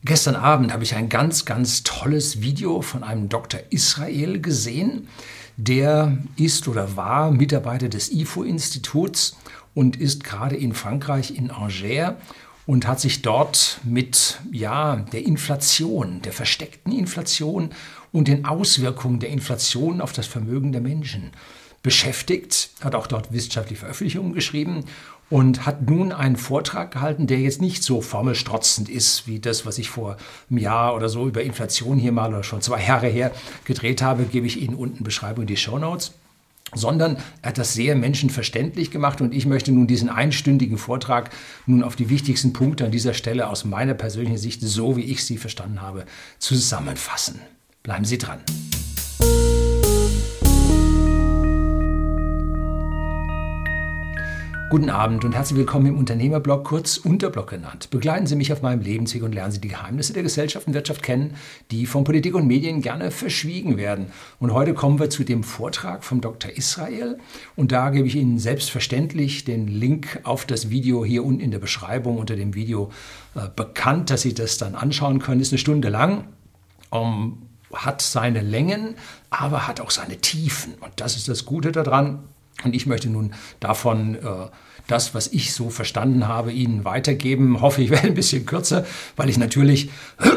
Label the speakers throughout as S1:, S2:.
S1: Gestern Abend habe ich ein ganz, ganz tolles Video von einem Dr. Israel gesehen. Der ist oder war Mitarbeiter des IFO-Instituts und ist gerade in Frankreich, in Angers, und hat sich dort mit der Inflation, der versteckten Inflation und den Auswirkungen der Inflation auf das Vermögen der Menschen beschäftigt, hat auch dort wissenschaftliche Veröffentlichungen geschrieben und hat nun einen Vortrag gehalten, der jetzt nicht so formelstrotzend ist, wie das, was ich vor einem Jahr oder so über Inflation hier mal oder schon 2 Jahre her gedreht habe, gebe ich Ihnen unten in Beschreibung in die Shownotes, sondern er hat das sehr menschenverständlich gemacht und ich möchte nun diesen einstündigen Vortrag nun auf die wichtigsten Punkte an dieser Stelle aus meiner persönlichen Sicht, so wie ich sie verstanden habe, zusammenfassen. Bleiben Sie dran. Guten Abend und herzlich willkommen im Unternehmerblog, kurz Unterblog genannt. Begleiten Sie mich auf meinem Lebensweg und lernen Sie die Geheimnisse der Gesellschaft und Wirtschaft kennen, die von Politik und Medien gerne verschwiegen werden. Und heute kommen wir zu dem Vortrag vom Dr. Israel und da gebe ich Ihnen selbstverständlich den Link auf das Video hier unten in der Beschreibung unter dem Video bekannt, dass Sie das dann anschauen können. Ist 1 Stunde lang. Hat seine Längen, aber hat auch seine Tiefen. Und das ist das Gute daran. Und ich möchte nun davon das, was ich so verstanden habe, Ihnen weitergeben. Hoffe, ich werde ein bisschen kürzer, weil ich natürlich,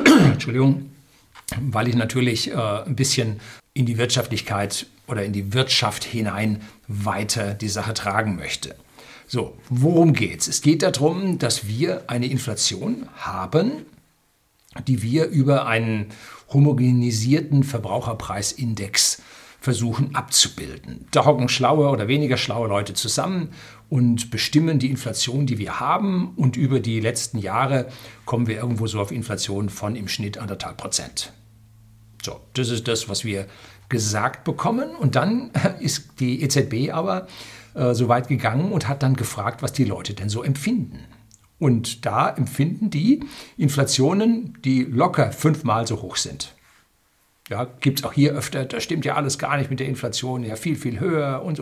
S1: ein bisschen in die Wirtschaftlichkeit oder in die Wirtschaft hinein weiter die Sache tragen möchte. So, worum geht's? Es geht darum, dass wir eine Inflation haben, die wir über einen homogenisierten Verbraucherpreisindex versuchen abzubilden. Da hocken schlaue oder weniger schlaue Leute zusammen und bestimmen die Inflation, die wir haben. Und über die letzten Jahre kommen wir irgendwo so auf Inflation von im Schnitt 1,5%. So, das ist das, was wir gesagt bekommen. Und dann ist die EZB aber so weit gegangen und hat dann gefragt, was die Leute denn so empfinden. Und da empfinden die Inflationen, die locker 5-mal so hoch sind. Ja, gibt es auch hier öfter, das stimmt ja alles gar nicht mit der Inflation, ja viel, viel höher und.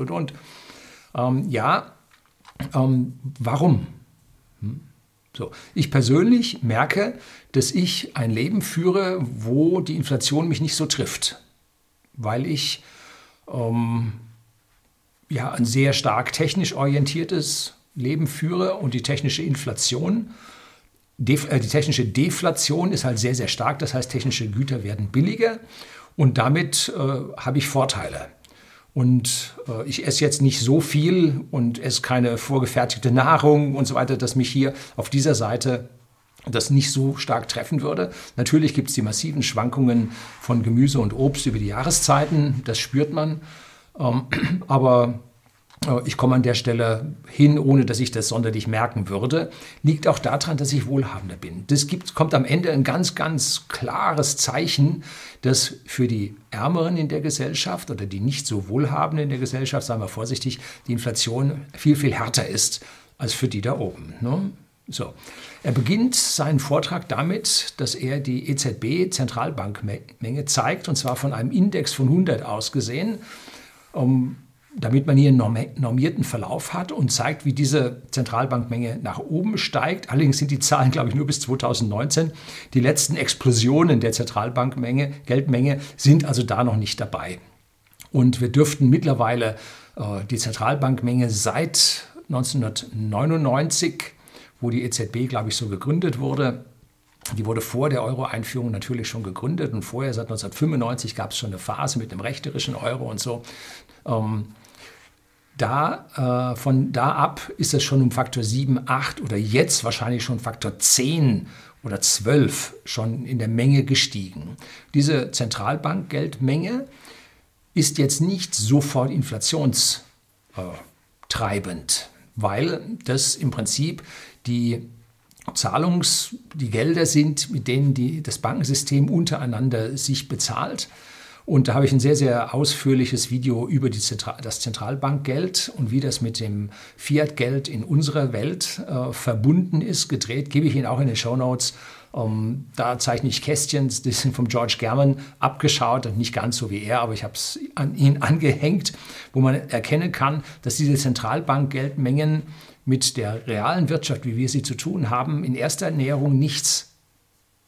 S1: Warum? So, ich persönlich merke, dass ich ein Leben führe, wo die Inflation mich nicht so trifft, weil ich ein sehr stark technisch orientiertes Leben führe und die technische Inflation, die technische Deflation ist halt sehr, sehr stark. Das heißt, technische Güter werden billiger und damit habe ich Vorteile. Und ich esse jetzt nicht so viel und esse keine vorgefertigte Nahrung und so weiter, dass mich hier auf dieser Seite das nicht so stark treffen würde. Natürlich gibt es die massiven Schwankungen von Gemüse und Obst über die Jahreszeiten. Das spürt man. Aber ich komme an der Stelle hin, ohne dass ich das sonderlich merken würde. Liegt auch daran, dass ich wohlhabender bin. Kommt am Ende ein ganz, ganz klares Zeichen, dass für die Ärmeren in der Gesellschaft oder die nicht so Wohlhabenden in der Gesellschaft, sagen wir vorsichtig, die Inflation viel, viel härter ist als für die da oben. Ne? So. Er beginnt seinen Vortrag damit, dass er die EZB-Zentralbankmenge zeigt, und zwar von einem Index von 100 aus gesehen, damit man hier einen normierten Verlauf hat und zeigt, wie diese Zentralbankmenge nach oben steigt. Allerdings sind die Zahlen, glaube ich, nur bis 2019. Die letzten Explosionen der Zentralbankmenge, Geldmenge, sind also da noch nicht dabei. Und wir dürften mittlerweile die Zentralbankmenge seit 1999, wo die EZB, glaube ich, so gegründet wurde, die wurde vor der Euro-Einführung natürlich schon gegründet und vorher, seit 1995, gab es schon eine Phase mit einem rechterischen Euro und so. Von da ab ist es schon um Faktor 7, 8 oder jetzt wahrscheinlich schon Faktor 10 oder 12 schon in der Menge gestiegen. Diese Zentralbankgeldmenge ist jetzt nicht sofort inflationstreibend, weil das im Prinzip die Gelder sind, mit denen das Bankensystem untereinander sich bezahlt. Und da habe ich ein sehr, sehr ausführliches Video über das Zentralbankgeld und wie das mit dem Fiat-Geld in unserer Welt verbunden ist, gedreht. Gebe ich Ihnen auch in den Shownotes. Da zeichne ich Kästchen, die sind vom George Gammon abgeschaut, nicht ganz so wie er, aber ich habe es an ihn angehängt, wo man erkennen kann, dass diese Zentralbankgeldmengen mit der realen Wirtschaft, wie wir sie zu tun haben, in erster Näherung nichts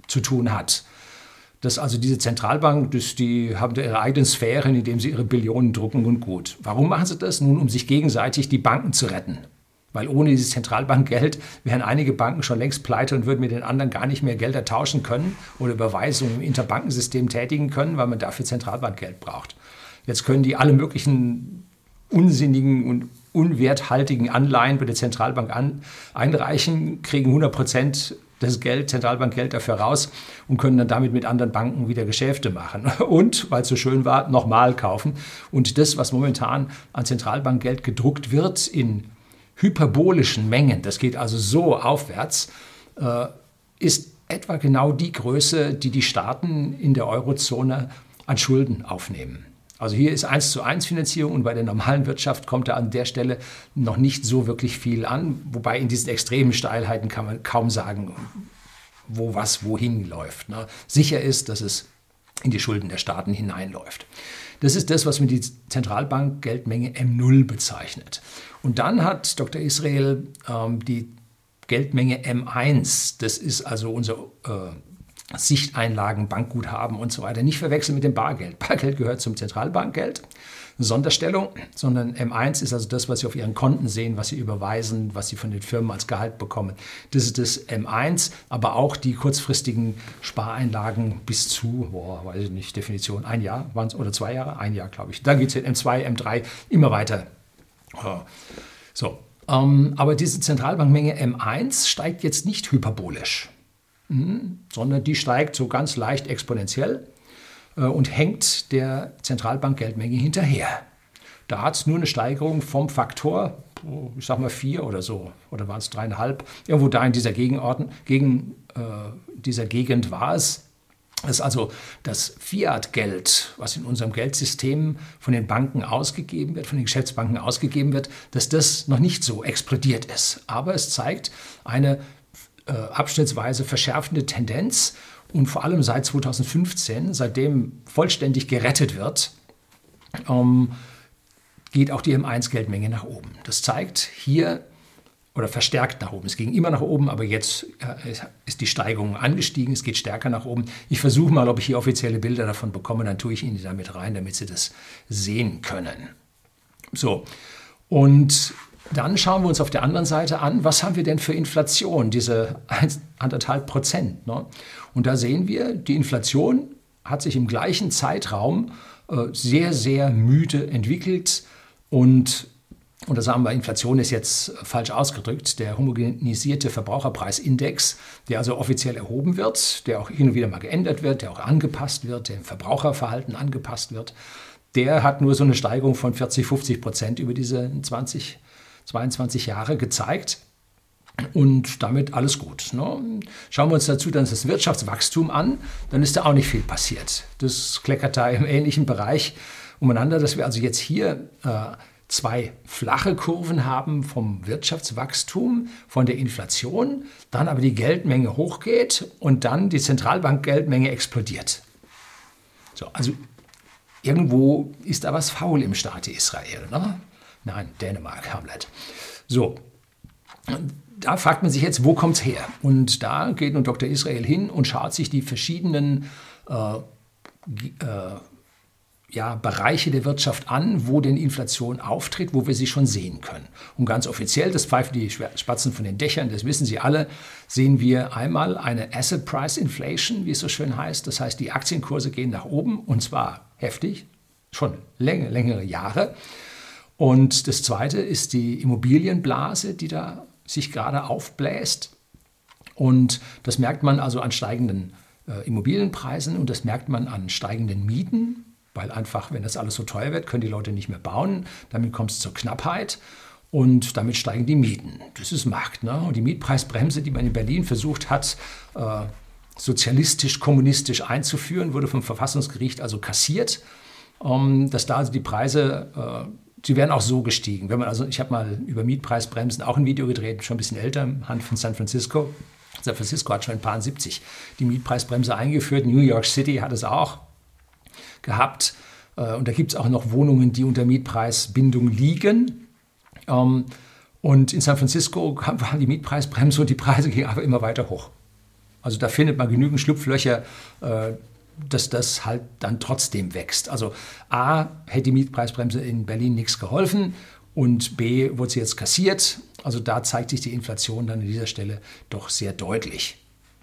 S1: zu tun hat. Dass also diese Zentralbank, die haben da ihre eigenen Sphären, in denen sie ihre Billionen drucken und gut. Warum machen sie das? Nun, um sich gegenseitig die Banken zu retten. Weil ohne dieses Zentralbankgeld wären einige Banken schon längst pleite und würden mit den anderen gar nicht mehr Gelder tauschen können oder Überweisungen im Interbankensystem tätigen können, weil man dafür Zentralbankgeld braucht. Jetzt können die alle möglichen unsinnigen und unwerthaltigen Anleihen bei der Zentralbank einreichen, kriegen 100% das Geld, Zentralbankgeld dafür raus und können dann damit mit anderen Banken wieder Geschäfte machen. Und, weil es so schön war, nochmal kaufen. Und das, was momentan an Zentralbankgeld gedruckt wird in hyperbolischen Mengen, das geht also so aufwärts, ist etwa genau die Größe, die die Staaten in der Eurozone an Schulden aufnehmen. Also hier ist 1:1 Finanzierung und bei der normalen Wirtschaft kommt da an der Stelle noch nicht so wirklich viel an. Wobei in diesen extremen Steilheiten kann man kaum sagen, wo was wohin läuft. Sicher ist, dass es in die Schulden der Staaten hineinläuft. Das ist das, was man die Zentralbankgeldmenge M0 bezeichnet. Und dann hat Dr. Israel die Geldmenge M1, das ist also unser Sichteinlagen, Bankguthaben und so weiter, nicht verwechseln mit dem Bargeld. Bargeld gehört zum Zentralbankgeld, eine Sonderstellung, sondern M1 ist also das, was Sie auf Ihren Konten sehen, was Sie überweisen, was Sie von den Firmen als Gehalt bekommen. Das ist das M1, aber auch die kurzfristigen Spareinlagen bis zu, weiß ich nicht, Definition, 1 Jahr waren es oder 2 Jahre, 1 Jahr glaube ich. Dann geht es in M2, M3, immer weiter. So, aber diese Zentralbankmenge M1 steigt jetzt nicht hyperbolisch, sondern die steigt so ganz leicht exponentiell und hängt der Zentralbankgeldmenge hinterher. Da hat es nur eine Steigerung vom Faktor, ich sag mal 4 oder so, oder waren es 3,5, irgendwo da in dieser Gegend war es. Das ist also das Fiat-Geld, was in unserem Geldsystem von den Banken ausgegeben wird, von den Geschäftsbanken ausgegeben wird, dass das noch nicht so explodiert ist. Aber es zeigt eine abschnittsweise verschärfende Tendenz und vor allem seit 2015, seitdem vollständig gerettet wird, geht auch die M1-Geldmenge nach oben. Das zeigt hier, oder verstärkt nach oben. Es ging immer nach oben, aber jetzt ist die Steigerung angestiegen, es geht stärker nach oben. Ich versuche mal, ob ich hier offizielle Bilder davon bekomme, dann tue ich Ihnen die damit rein, damit Sie das sehen können. So, und dann schauen wir uns auf der anderen Seite an, was haben wir denn für Inflation, diese 1,5%. Ne? Und da sehen wir, die Inflation hat sich im gleichen Zeitraum sehr, sehr müde entwickelt und da sagen wir, Inflation ist jetzt falsch ausgedrückt, der homogenisierte Verbraucherpreisindex, der also offiziell erhoben wird, der auch hin und wieder mal geändert wird, der auch angepasst wird, der im Verbraucherverhalten angepasst wird, der hat nur so eine Steigerung von 40-50% über diese 22 Jahre gezeigt. Und damit alles gut. Ne? Schauen wir uns dazu dann das Wirtschaftswachstum an, dann ist da auch nicht viel passiert. Das kleckert da im ähnlichen Bereich umeinander, dass wir also jetzt hier 2 flache Kurven haben vom Wirtschaftswachstum, von der Inflation, dann aber die Geldmenge hochgeht und dann die Zentralbankgeldmenge explodiert. So, also irgendwo ist da was faul im Staate Israel. Ne? Nein, Dänemark, Hamlet. So, da fragt man sich jetzt, wo kommt es her? Und da geht nun Dr. Israel hin und schaut sich die verschiedenen Bereiche der Wirtschaft an, wo denn Inflation auftritt, wo wir sie schon sehen können. Und ganz offiziell, das pfeifen die Spatzen von den Dächern, das wissen Sie alle, sehen wir einmal eine Asset Price Inflation, wie es so schön heißt. Das heißt, die Aktienkurse gehen nach oben und zwar heftig, schon längere Jahre. Und das Zweite ist die Immobilienblase, die da sich gerade aufbläst. Und das merkt man also an steigenden Immobilienpreisen und das merkt man an steigenden Mieten, weil einfach, wenn das alles so teuer wird, können die Leute nicht mehr bauen. Damit kommt es zur Knappheit und damit steigen die Mieten. Das ist Markt. Ne? Und die Mietpreisbremse, die man in Berlin versucht hat, sozialistisch-kommunistisch einzuführen, wurde vom Verfassungsgericht also kassiert, dass da also die Preise sie werden auch so gestiegen. Ich habe mal über Mietpreisbremsen auch ein Video gedreht, schon ein bisschen älter, anhand von San Francisco. San Francisco hat schon in 1970 die Mietpreisbremse eingeführt. New York City hat es auch gehabt. Und da gibt es auch noch Wohnungen, die unter Mietpreisbindung liegen. Und in San Francisco war die Mietpreisbremse und die Preise gingen aber immer weiter hoch. Also da findet man genügend Schlupflöcher, dass das halt dann trotzdem wächst. Also A, hätte die Mietpreisbremse in Berlin nichts geholfen und B, wurde sie jetzt kassiert. Also da zeigt sich die Inflation dann an dieser Stelle doch sehr deutlich.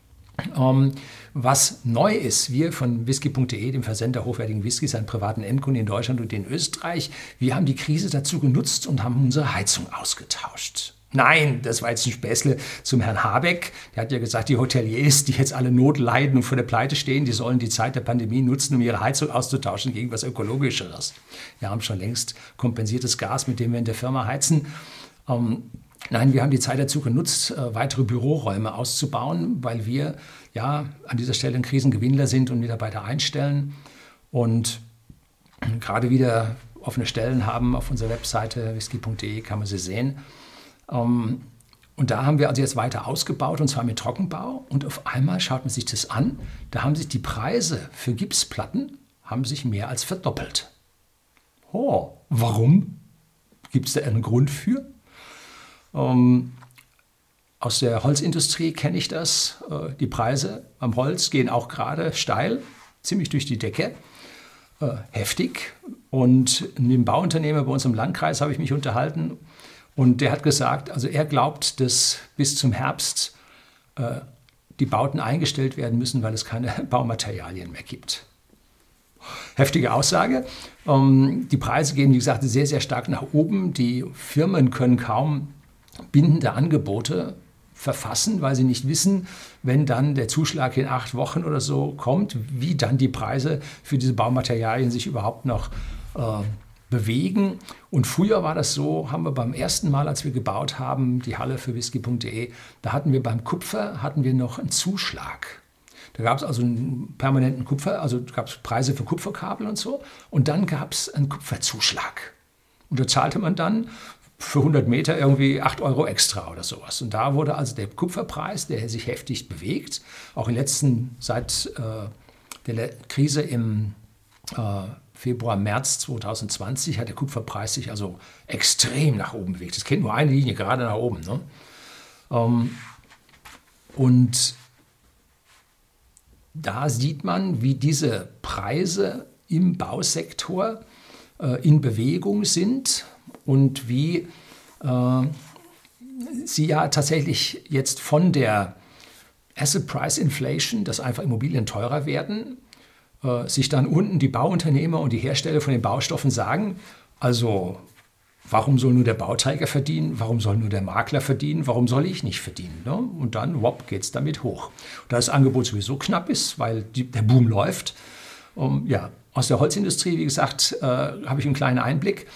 S1: Was neu ist, wir von whisky.de, dem Versender hochwertigen Whiskys an privaten Endkunden in Deutschland und in Österreich, wir haben die Krise dazu genutzt und haben unsere Heizung ausgetauscht. Nein, das war jetzt ein Späßle zum Herrn Habeck. Der hat ja gesagt, die Hoteliers, die jetzt alle Not leiden und vor der Pleite stehen, die sollen die Zeit der Pandemie nutzen, um ihre Heizung auszutauschen gegen was Ökologischeres. Wir haben schon längst kompensiertes Gas, mit dem wir in der Firma heizen. Nein, wir haben die Zeit dazu genutzt, weitere Büroräume auszubauen, weil wir ja an dieser Stelle ein Krisengewinnler sind und Mitarbeiter einstellen und gerade wieder offene Stellen haben auf unserer Webseite whisky.de, kann man sie sehen. Und da haben wir also jetzt weiter ausgebaut, und zwar mit Trockenbau. Und auf einmal schaut man sich das an, da haben sich die Preise für Gipsplatten haben sich mehr als verdoppelt. Oh, warum? Gibt es da einen Grund für? Aus der Holzindustrie kenne ich das. Die Preise am Holz gehen auch gerade steil, ziemlich durch die Decke, heftig. Und mit dem Bauunternehmer bei uns im Landkreis habe ich mich unterhalten. Und der hat gesagt, also er glaubt, dass bis zum Herbst die Bauten eingestellt werden müssen, weil es keine Baumaterialien mehr gibt. Heftige Aussage. Die Preise gehen, wie gesagt, sehr, sehr stark nach oben. Die Firmen können kaum bindende Angebote verfassen, weil sie nicht wissen, wenn dann der Zuschlag in 8 Wochen oder so kommt, wie dann die Preise für diese Baumaterialien sich überhaupt noch bewegen. Und früher war das so, haben wir beim ersten Mal, als wir gebaut haben, die Halle für whisky.de, da hatten wir beim Kupfer noch einen Zuschlag. Da gab es also einen permanenten Kupfer, also gab es Preise für Kupferkabel und so. Und dann gab es einen Kupferzuschlag. Und da zahlte man dann für 100 Meter irgendwie 8 € extra oder sowas. Und da wurde also der Kupferpreis, der sich heftig bewegt, auch seit der Krise im Februar, März 2020 hat der Kupferpreis sich also extrem nach oben bewegt. Es kennt nur eine Linie, gerade nach oben. Ne? Und da sieht man, wie diese Preise im Bausektor in Bewegung sind und wie sie ja tatsächlich jetzt von der Asset Price Inflation, dass einfach Immobilien teurer werden, sich dann unten die Bauunternehmer und die Hersteller von den Baustoffen sagen, also warum soll nur der Bauträger verdienen, warum soll nur der Makler verdienen, warum soll ich nicht verdienen? Ne? Und dann geht es damit hoch. Und da das Angebot sowieso knapp ist, weil der Boom läuft. Aus der Holzindustrie, wie gesagt, habe ich einen kleinen Einblick.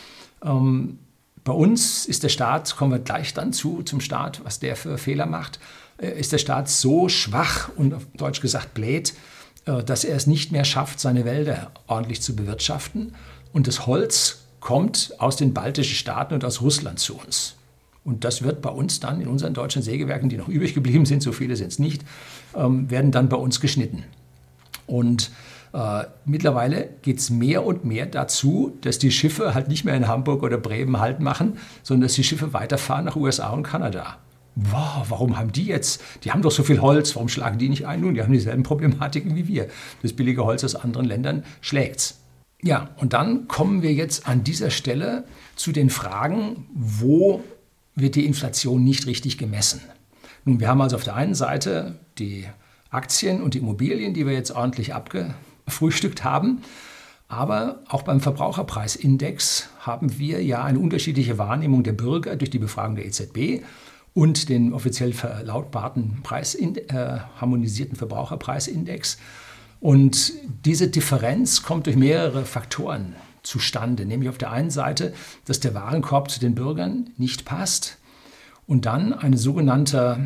S1: Bei uns ist der Staat, kommen wir gleich dann zum Staat, was der für Fehler macht, ist der Staat so schwach und auf Deutsch gesagt blöd, dass er es nicht mehr schafft, seine Wälder ordentlich zu bewirtschaften. Und das Holz kommt aus den baltischen Staaten und aus Russland zu uns. Und das wird bei uns dann in unseren deutschen Sägewerken, die noch übrig geblieben sind, so viele sind es nicht, werden dann bei uns geschnitten. Und mittlerweile geht es mehr und mehr dazu, dass die Schiffe halt nicht mehr in Hamburg oder Bremen Halt machen, sondern dass die Schiffe weiterfahren nach USA und Kanada. Wow, warum haben die jetzt, die haben doch so viel Holz, warum schlagen die nicht ein? Nun, die haben dieselben Problematiken wie wir. Das billige Holz aus anderen Ländern schlägt's. Ja, und dann kommen wir jetzt an dieser Stelle zu den Fragen, wo wird die Inflation nicht richtig gemessen? Nun, wir haben also auf der einen Seite die Aktien und die Immobilien, die wir jetzt ordentlich abgefrühstückt haben. Aber auch beim Verbraucherpreisindex haben wir ja eine unterschiedliche Wahrnehmung der Bürger durch die Befragung der EZB und den offiziell verlautbarten harmonisierten Verbraucherpreisindex. Und diese Differenz kommt durch mehrere Faktoren zustande. Nämlich auf der einen Seite, dass der Warenkorb zu den Bürgern nicht passt und dann eine sogenannte,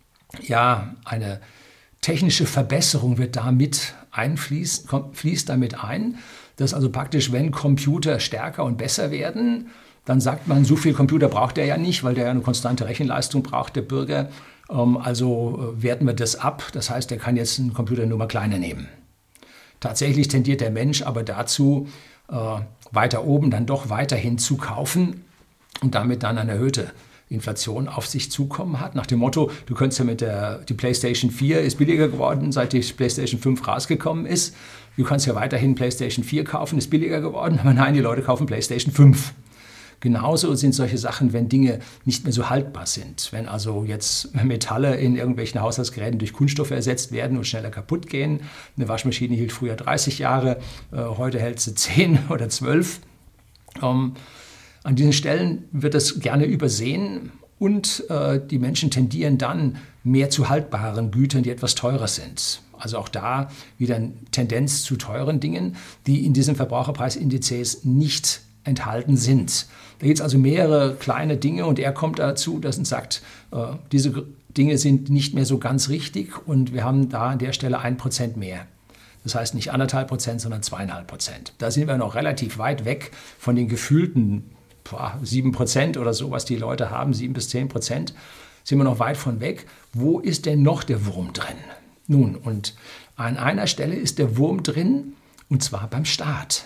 S1: eine technische Verbesserung wird damit fließt damit ein, dass also praktisch, wenn Computer stärker und besser werden, dann sagt man, so viel Computer braucht er ja nicht, weil der ja eine konstante Rechenleistung braucht, der Bürger. Also werten wir das ab. Das heißt, er kann jetzt einen Computer nur mal kleiner nehmen. Tatsächlich tendiert der Mensch aber dazu, weiter oben dann doch weiterhin zu kaufen und damit dann eine erhöhte Inflation auf sich zukommen hat. Nach dem Motto, du könntest ja die PlayStation 4 ist billiger geworden, seit die PlayStation 5 rausgekommen ist. Du kannst ja weiterhin PlayStation 4 kaufen, ist billiger geworden. Aber nein, die Leute kaufen PlayStation 5. Genauso sind solche Sachen, wenn Dinge nicht mehr so haltbar sind. Wenn also jetzt Metalle in irgendwelchen Haushaltsgeräten durch Kunststoffe ersetzt werden und schneller kaputt gehen. Eine Waschmaschine hielt früher 30 Jahre, heute hält sie 10 oder 12. An diesen Stellen wird das gerne übersehen und die Menschen tendieren dann mehr zu haltbaren Gütern, die etwas teurer sind. Also auch da wieder eine Tendenz zu teuren Dingen, die in diesen Verbraucherpreisindizes nicht enthalten sind. Da gibt es also mehrere kleine Dinge und er kommt dazu, dass er sagt, diese Dinge sind nicht mehr so ganz richtig und wir haben da an der Stelle 1% mehr. Das heißt nicht 1,5%, sondern 2,5%. Da sind wir noch relativ weit weg von den gefühlten 7% oder so, was die Leute haben, 7 bis 10%, sind wir noch weit von weg. Wo ist denn noch der Wurm drin? Nun, und an einer Stelle ist der Wurm drin, und zwar beim Staat.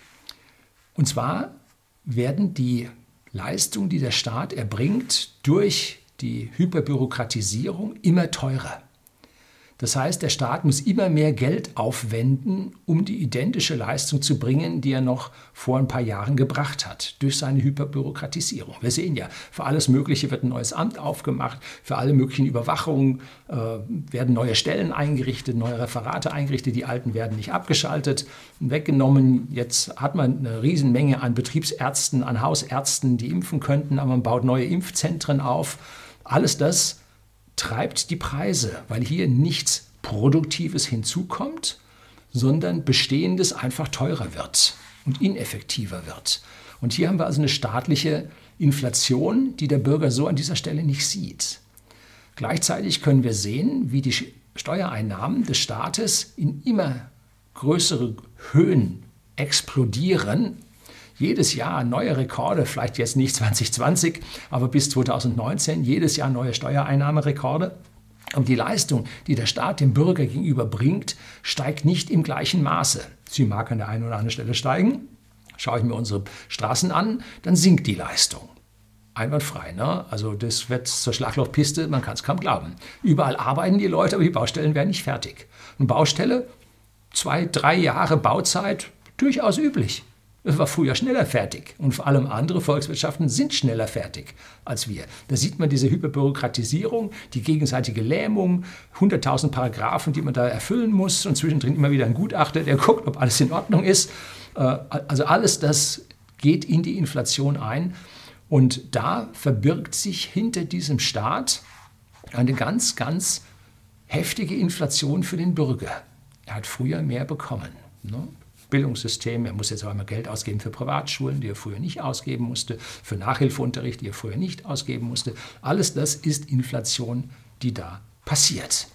S1: Und zwar werden die Leistungen, die der Staat erbringt, durch die Hyperbürokratisierung immer teurer. Das heißt, der Staat muss immer mehr Geld aufwenden, um die identische Leistung zu bringen, die er noch vor ein paar Jahren gebracht hat, durch seine Hyperbürokratisierung. Wir sehen ja, für alles Mögliche wird ein neues Amt aufgemacht, für alle möglichen Überwachungen werden neue Stellen eingerichtet, neue Referate eingerichtet, die alten werden nicht abgeschaltet und weggenommen. Jetzt hat man eine Riesenmenge an Betriebsärzten, an Hausärzten, die impfen könnten, aber man baut neue Impfzentren auf. Alles das treibt die Preise, weil hier nichts Produktives hinzukommt, sondern Bestehendes einfach teurer wird und ineffektiver wird. Und hier haben wir also eine staatliche Inflation, die der Bürger so an dieser Stelle nicht sieht. Gleichzeitig können wir sehen, wie die Steuereinnahmen des Staates in immer größere Höhen explodieren. Jedes Jahr neue Rekorde, vielleicht jetzt nicht 2020, aber bis 2019, jedes Jahr neue Steuereinnahmerekorde. Und die Leistung, die der Staat dem Bürger gegenüber bringt, steigt nicht im gleichen Maße. Sie mag an der einen oder anderen Stelle steigen. Schaue ich mir unsere Straßen an, dann sinkt die Leistung. Einwandfrei, ne? Also das wird zur Schlaglochpiste, man kann es kaum glauben. Überall arbeiten die Leute, aber die Baustellen werden nicht fertig. Eine Baustelle, 2-3 Jahre Bauzeit, durchaus üblich. Es war früher schneller fertig und vor allem andere Volkswirtschaften sind schneller fertig als wir. Da sieht man diese Hyperbürokratisierung, die gegenseitige Lähmung, 100.000 Paragraphen, die man da erfüllen muss und zwischendrin immer wieder ein Gutachter, der guckt, ob alles in Ordnung ist. Also alles das geht in die Inflation ein und da verbirgt sich hinter diesem Staat eine ganz, ganz heftige Inflation für den Bürger. Er hat früher mehr bekommen, ne? Bildungssystem, er muss jetzt auch einmal Geld ausgeben für Privatschulen, die er früher nicht ausgeben musste, für Nachhilfeunterricht, die er früher nicht ausgeben musste. Alles das ist Inflation, die da passiert.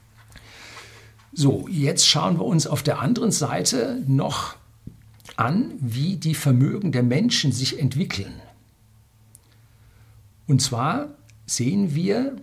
S1: So, jetzt schauen wir uns auf der anderen Seite noch an, wie die Vermögen der Menschen sich entwickeln. Und zwar sehen wir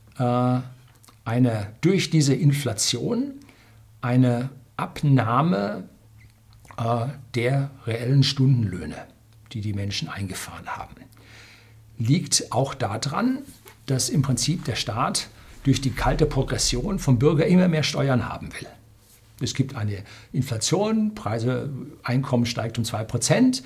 S1: durch diese Inflation eine Abnahme der reellen Stundenlöhne, die die Menschen eingefahren haben. Liegt auch daran, dass im Prinzip der Staat durch die kalte Progression vom Bürger immer mehr Steuern haben will. Es gibt eine Inflation, Einkommen steigt um 2%,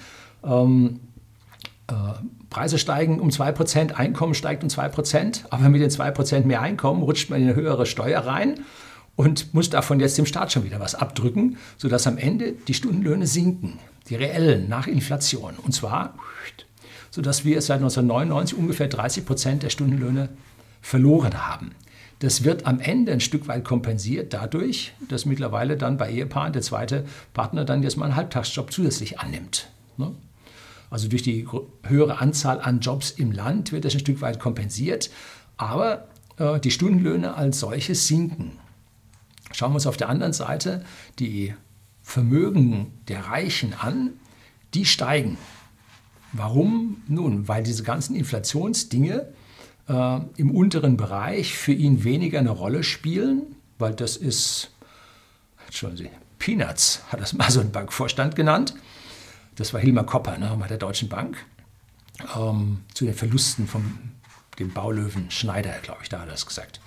S1: Preise steigen um 2%, Einkommen steigt um 2%, aber mit den 2% mehr Einkommen rutscht man in eine höhere Steuer rein und muss davon jetzt dem Staat schon wieder was abdrücken, sodass am Ende die Stundenlöhne sinken, die reellen, nach Inflation. Und zwar, sodass wir seit 1999 ungefähr 30% der Stundenlöhne verloren haben. Das wird am Ende ein Stück weit kompensiert dadurch, dass mittlerweile dann bei Ehepaaren der zweite Partner dann jetzt mal einen Halbtagsjob zusätzlich annimmt. Ne? Also durch die höhere Anzahl an Jobs im Land wird das ein Stück weit kompensiert, aber die Stundenlöhne als solches sinken. Schauen wir uns auf der anderen Seite die Vermögen der Reichen an, die steigen. Warum? Nun, weil diese ganzen Inflationsdinge im unteren Bereich für ihn weniger eine Rolle spielen, weil das ist, Peanuts, hat das mal so ein Bankvorstand genannt. Das war Hilmar Kopper, ne, bei der Deutschen Bank, zu den Verlusten vom dem Baulöwen Schneider, glaube ich, da hat er das gesagt.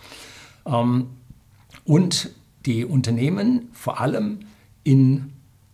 S1: Und die Unternehmen vor allem in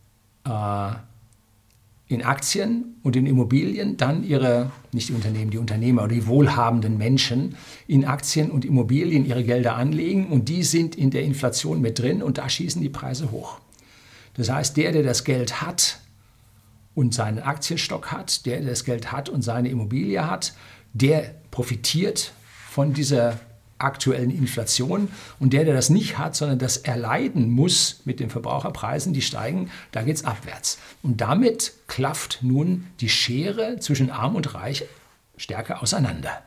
S1: Aktien und in Immobilien dann nicht die Unternehmen, die Unternehmer oder die wohlhabenden Menschen in Aktien und Immobilien ihre Gelder anlegen und die sind in der Inflation mit drin und da schießen die Preise hoch. Das heißt, der das Geld hat und seinen Aktienstock hat, der das Geld hat und seine Immobilie hat, der profitiert von dieser aktuellen Inflation und der das nicht hat, sondern das erleiden muss mit den Verbraucherpreisen, die steigen, da geht es abwärts. Und damit klafft nun die Schere zwischen Arm und Reich stärker auseinander.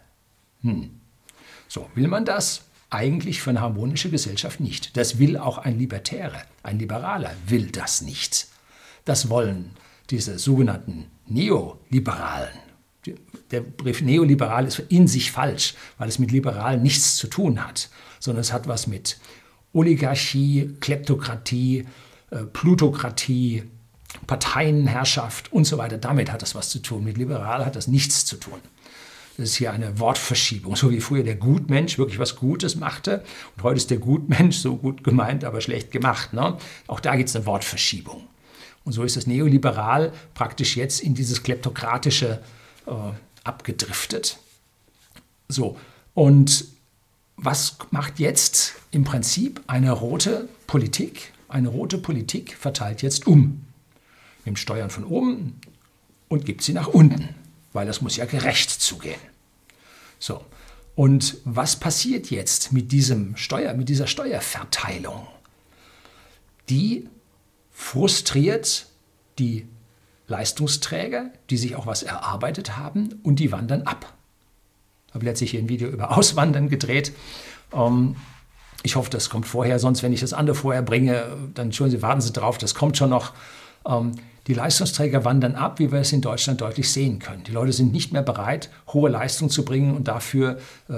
S1: So, will man das? Eigentlich für eine harmonische Gesellschaft nicht. Das will auch ein Libertärer, ein Liberaler will das nicht. Das wollen diese sogenannten Neoliberalen. Der Begriff neoliberal ist in sich falsch, weil es mit liberal nichts zu tun hat, sondern es hat was mit Oligarchie, Kleptokratie, Plutokratie, Parteienherrschaft und so weiter. Damit hat das was zu tun. Mit liberal hat das nichts zu tun. Das ist hier eine Wortverschiebung, so wie früher der Gutmensch wirklich was Gutes machte und heute ist der Gutmensch so gut gemeint, aber schlecht gemacht. Ne? Auch da gibt es eine Wortverschiebung. Und so ist das Neoliberal praktisch jetzt in dieses kleptokratische abgedriftet. So, und was macht jetzt im Prinzip eine rote Politik? Eine rote Politik verteilt jetzt nimmt Steuern von oben und gibt sie nach unten, weil das muss ja gerecht zugehen. So, und was passiert jetzt mit dieser Steuerverteilung? Die frustriert die Leistungsträger, die sich auch was erarbeitet haben und die wandern ab. Ich habe letztlich hier ein Video über Auswandern gedreht. Ich hoffe, das kommt vorher, sonst wenn ich das andere vorher bringe, dann warten Sie drauf, das kommt schon noch. Die Leistungsträger wandern ab, wie wir es in Deutschland deutlich sehen können. Die Leute sind nicht mehr bereit, hohe Leistung zu bringen und dafür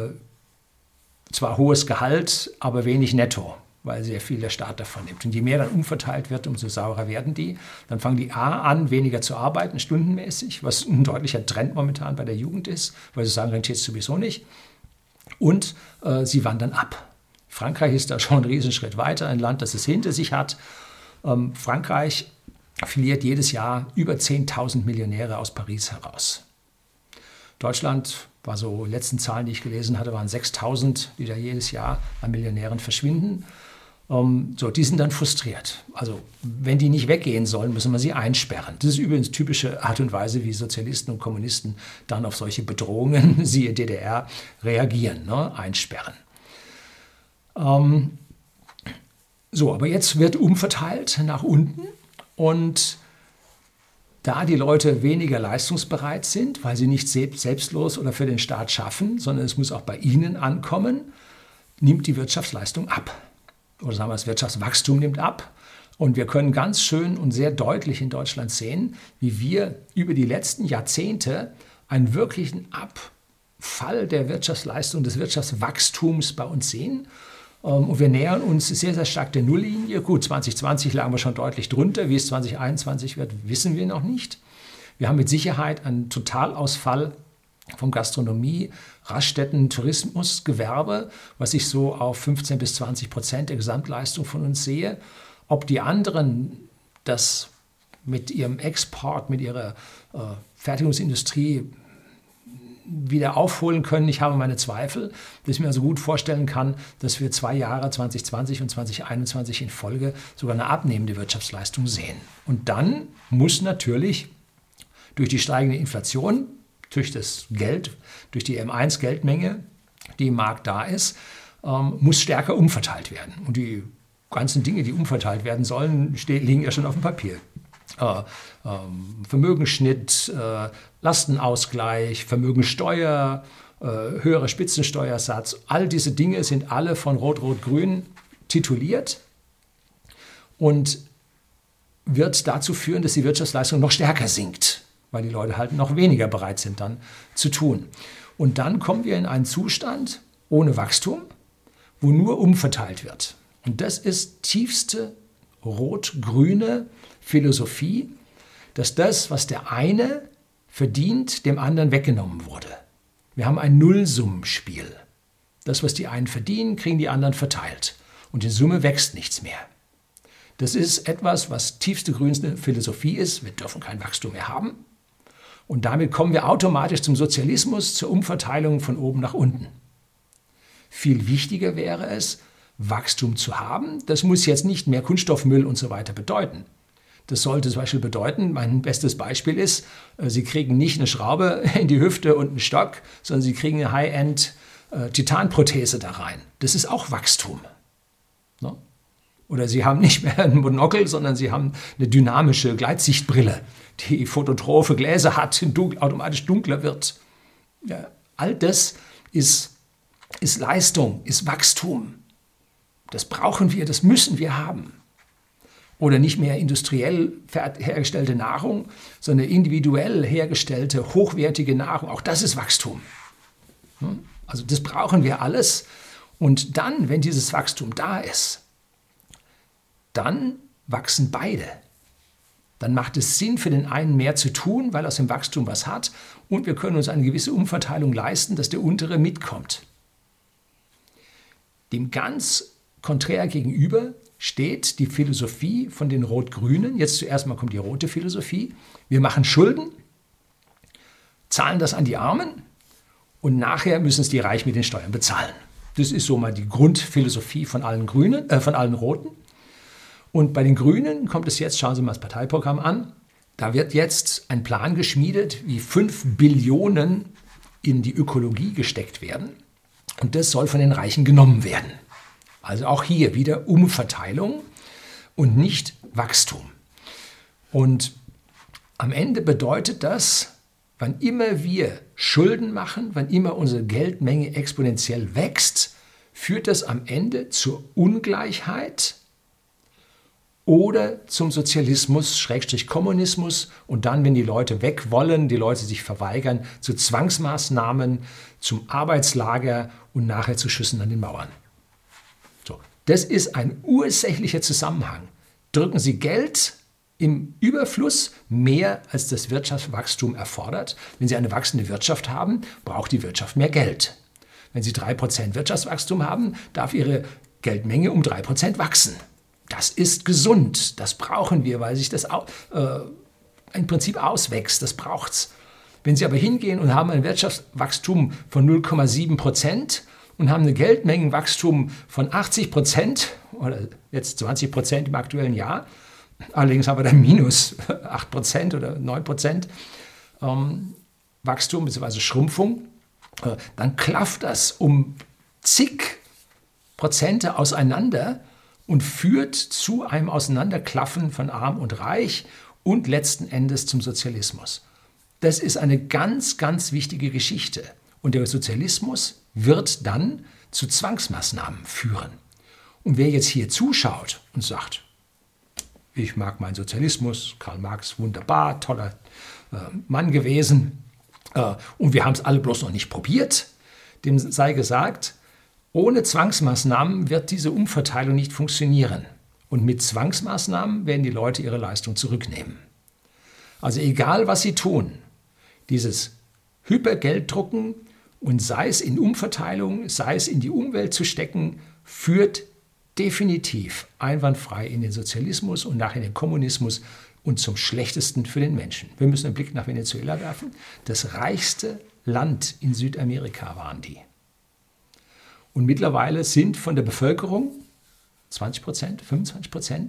S1: zwar hohes Gehalt, aber wenig netto, weil sehr viel der Staat davon nimmt. Und je mehr dann umverteilt wird, umso saurer werden die. Dann fangen die an, weniger zu arbeiten, stundenmäßig, was ein deutlicher Trend momentan bei der Jugend ist, weil sie sagen, rentiert es sowieso nicht. Und sie wandern ab. Frankreich ist da schon einen Riesenschritt weiter, ein Land, das es hinter sich hat. Frankreich verliert jedes Jahr über 10.000 Millionäre aus Paris heraus. Deutschland war so, letzten Zahlen, die ich gelesen hatte, waren 6.000, die da jedes Jahr an Millionären verschwinden. Die sind dann frustriert. Also wenn die nicht weggehen sollen, müssen wir sie einsperren. Das ist übrigens typische Art und Weise, wie Sozialisten und Kommunisten dann auf solche Bedrohungen, siehe DDR, reagieren, ne? Einsperren. Aber jetzt wird umverteilt nach unten und da die Leute weniger leistungsbereit sind, weil sie nicht selbstlos oder für den Staat schaffen, sondern es muss auch bei ihnen ankommen, nimmt die Wirtschaftsleistung ab. Oder sagen wir, das Wirtschaftswachstum nimmt ab. Und wir können ganz schön und sehr deutlich in Deutschland sehen, wie wir über die letzten Jahrzehnte einen wirklichen Abfall der Wirtschaftsleistung, des Wirtschaftswachstums bei uns sehen. Und wir nähern uns sehr, sehr stark der Nulllinie. Gut, 2020 lagen wir schon deutlich drunter. Wie es 2021 wird, wissen wir noch nicht. Wir haben mit Sicherheit einen Totalausfall von Gastronomie, Raststätten, Tourismus, Gewerbe, was ich so auf 15-20% der Gesamtleistung von uns sehe. Ob die anderen das mit ihrem Export, mit ihrer Fertigungsindustrie wieder aufholen können, ich habe meine Zweifel, dass ich mir also gut vorstellen kann, dass wir 2 Jahre, 2020 und 2021 in Folge sogar eine abnehmende Wirtschaftsleistung sehen. Und dann muss natürlich durch die steigende Inflation, durch das Geld, durch die M1-Geldmenge, die im Markt da ist, muss stärker umverteilt werden. Und die ganzen Dinge, die umverteilt werden sollen, liegen ja schon auf dem Papier. Vermögensschnitt, Lastenausgleich, Vermögensteuer, höherer Spitzensteuersatz, all diese Dinge sind alle von Rot-Rot-Grün tituliert und wird dazu führen, dass die Wirtschaftsleistung noch stärker sinkt, weil die Leute halt noch weniger bereit sind dann zu tun. Und dann kommen wir in einen Zustand ohne Wachstum, wo nur umverteilt wird. Und das ist tiefste rot-grüne Philosophie, dass das, was der eine verdient, dem anderen weggenommen wurde. Wir haben ein Nullsummenspiel. Das, was die einen verdienen, kriegen die anderen verteilt. Und in Summe wächst nichts mehr. Das ist etwas, was tiefste grünste Philosophie ist. Wir dürfen kein Wachstum mehr haben. Und damit kommen wir automatisch zum Sozialismus, zur Umverteilung von oben nach unten. Viel wichtiger wäre es, Wachstum zu haben. Das muss jetzt nicht mehr Kunststoffmüll und so weiter bedeuten. Das sollte zum Beispiel bedeuten, mein bestes Beispiel ist, Sie kriegen nicht eine Schraube in die Hüfte und einen Stock, sondern Sie kriegen eine High-End Titanprothese da rein. Das ist auch Wachstum. Ne? Oder Sie haben nicht mehr ein Monokel, sondern Sie haben eine dynamische Gleitsichtbrille, die phototrophe Gläser hat, automatisch dunkler wird. Ja, all das ist Leistung, ist Wachstum. Das brauchen wir, das müssen wir haben. Oder nicht mehr industriell hergestellte Nahrung, sondern individuell hergestellte, hochwertige Nahrung. Auch das ist Wachstum. Also das brauchen wir alles. Und dann, wenn dieses Wachstum da ist, dann wachsen beide. Dann macht es Sinn, für den einen mehr zu tun, weil er aus dem Wachstum was hat. Und wir können uns eine gewisse Umverteilung leisten, dass der untere mitkommt. Dem ganz konträr gegenüber steht die Philosophie von den Rot-Grünen. Jetzt zuerst mal kommt die rote Philosophie. Wir machen Schulden, zahlen das an die Armen und nachher müssen es die Reichen mit den Steuern bezahlen. Das ist so mal die Grundphilosophie von allen Grünen, von allen Roten. Und bei den Grünen kommt es jetzt, schauen Sie mal das Parteiprogramm an, da wird jetzt ein Plan geschmiedet, wie 5 Billionen in die Ökologie gesteckt werden. Und das soll von den Reichen genommen werden. Also auch hier wieder Umverteilung und nicht Wachstum. Und am Ende bedeutet das, wann immer wir Schulden machen, wann immer unsere Geldmenge exponentiell wächst, führt das am Ende zur Ungleichheit oder zum Sozialismus, Schrägstrich Kommunismus und dann, wenn die Leute weg wollen, die Leute sich verweigern, zu Zwangsmaßnahmen, zum Arbeitslager und nachher zu Schüssen an den Mauern. So, das ist ein ursächlicher Zusammenhang. Drücken Sie Geld im Überfluss mehr, als das Wirtschaftswachstum erfordert. Wenn Sie eine wachsende Wirtschaft haben, braucht die Wirtschaft mehr Geld. Wenn Sie 3% Wirtschaftswachstum haben, darf Ihre Geldmenge um 3% wachsen. Das ist gesund, das brauchen wir, weil sich das im Prinzip auswächst, das braucht's. Wenn Sie aber hingehen und haben ein Wirtschaftswachstum von 0,7% und haben eine Geldmengenwachstum von 80% oder jetzt 20% im aktuellen Jahr, allerdings haben wir dann minus 8% oder 9% Wachstum bzw. Schrumpfung, dann klafft das um zig Prozente auseinander und führt zu einem Auseinanderklaffen von Arm und Reich und letzten Endes zum Sozialismus. Das ist eine ganz, ganz wichtige Geschichte. Und der Sozialismus wird dann zu Zwangsmaßnahmen führen. Und wer jetzt hier zuschaut und sagt, ich mag meinen Sozialismus, Karl Marx, wunderbar, toller Mann gewesen, und wir haben es alle bloß noch nicht probiert, dem sei gesagt, ohne Zwangsmaßnahmen wird diese Umverteilung nicht funktionieren. Und mit Zwangsmaßnahmen werden die Leute ihre Leistung zurücknehmen. Also egal, was sie tun, dieses Hypergelddrucken und sei es in Umverteilung, sei es in die Umwelt zu stecken, führt definitiv einwandfrei in den Sozialismus und nachher in den Kommunismus und zum Schlechtesten für den Menschen. Wir müssen einen Blick nach Venezuela werfen. Das reichste Land in Südamerika waren die. Und mittlerweile sind von der Bevölkerung 20%, 25%,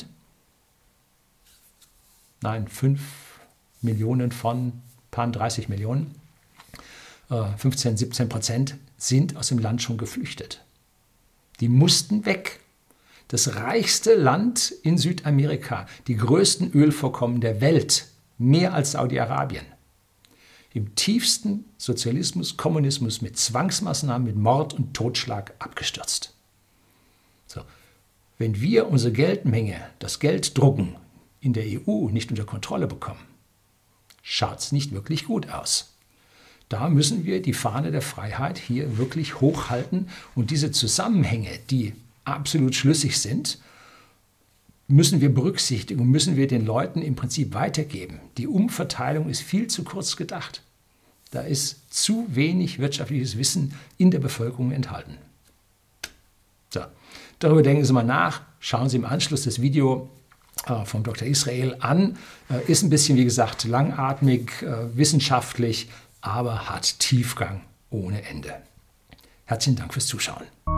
S1: nein, 5 Millionen von paar 30 Millionen, 15, 17% sind aus dem Land schon geflüchtet. Die mussten weg. Das reichste Land in Südamerika, die größten Ölvorkommen der Welt, mehr als Saudi-Arabien. Im tiefsten Sozialismus, Kommunismus mit Zwangsmaßnahmen, mit Mord und Totschlag abgestürzt. So. Wenn wir unsere Geldmenge, das Geld drucken, in der EU nicht unter Kontrolle bekommen, schaut es nicht wirklich gut aus. Da müssen wir die Fahne der Freiheit hier wirklich hochhalten und diese Zusammenhänge, die absolut schlüssig sind, müssen wir berücksichtigen, müssen wir den Leuten im Prinzip weitergeben. Die Umverteilung ist viel zu kurz gedacht. Da ist zu wenig wirtschaftliches Wissen in der Bevölkerung enthalten. So, darüber denken Sie mal nach. Schauen Sie im Anschluss das Video vom Dr. Israel an. Ist ein bisschen, wie gesagt, langatmig, wissenschaftlich, aber hat Tiefgang ohne Ende. Herzlichen Dank fürs Zuschauen.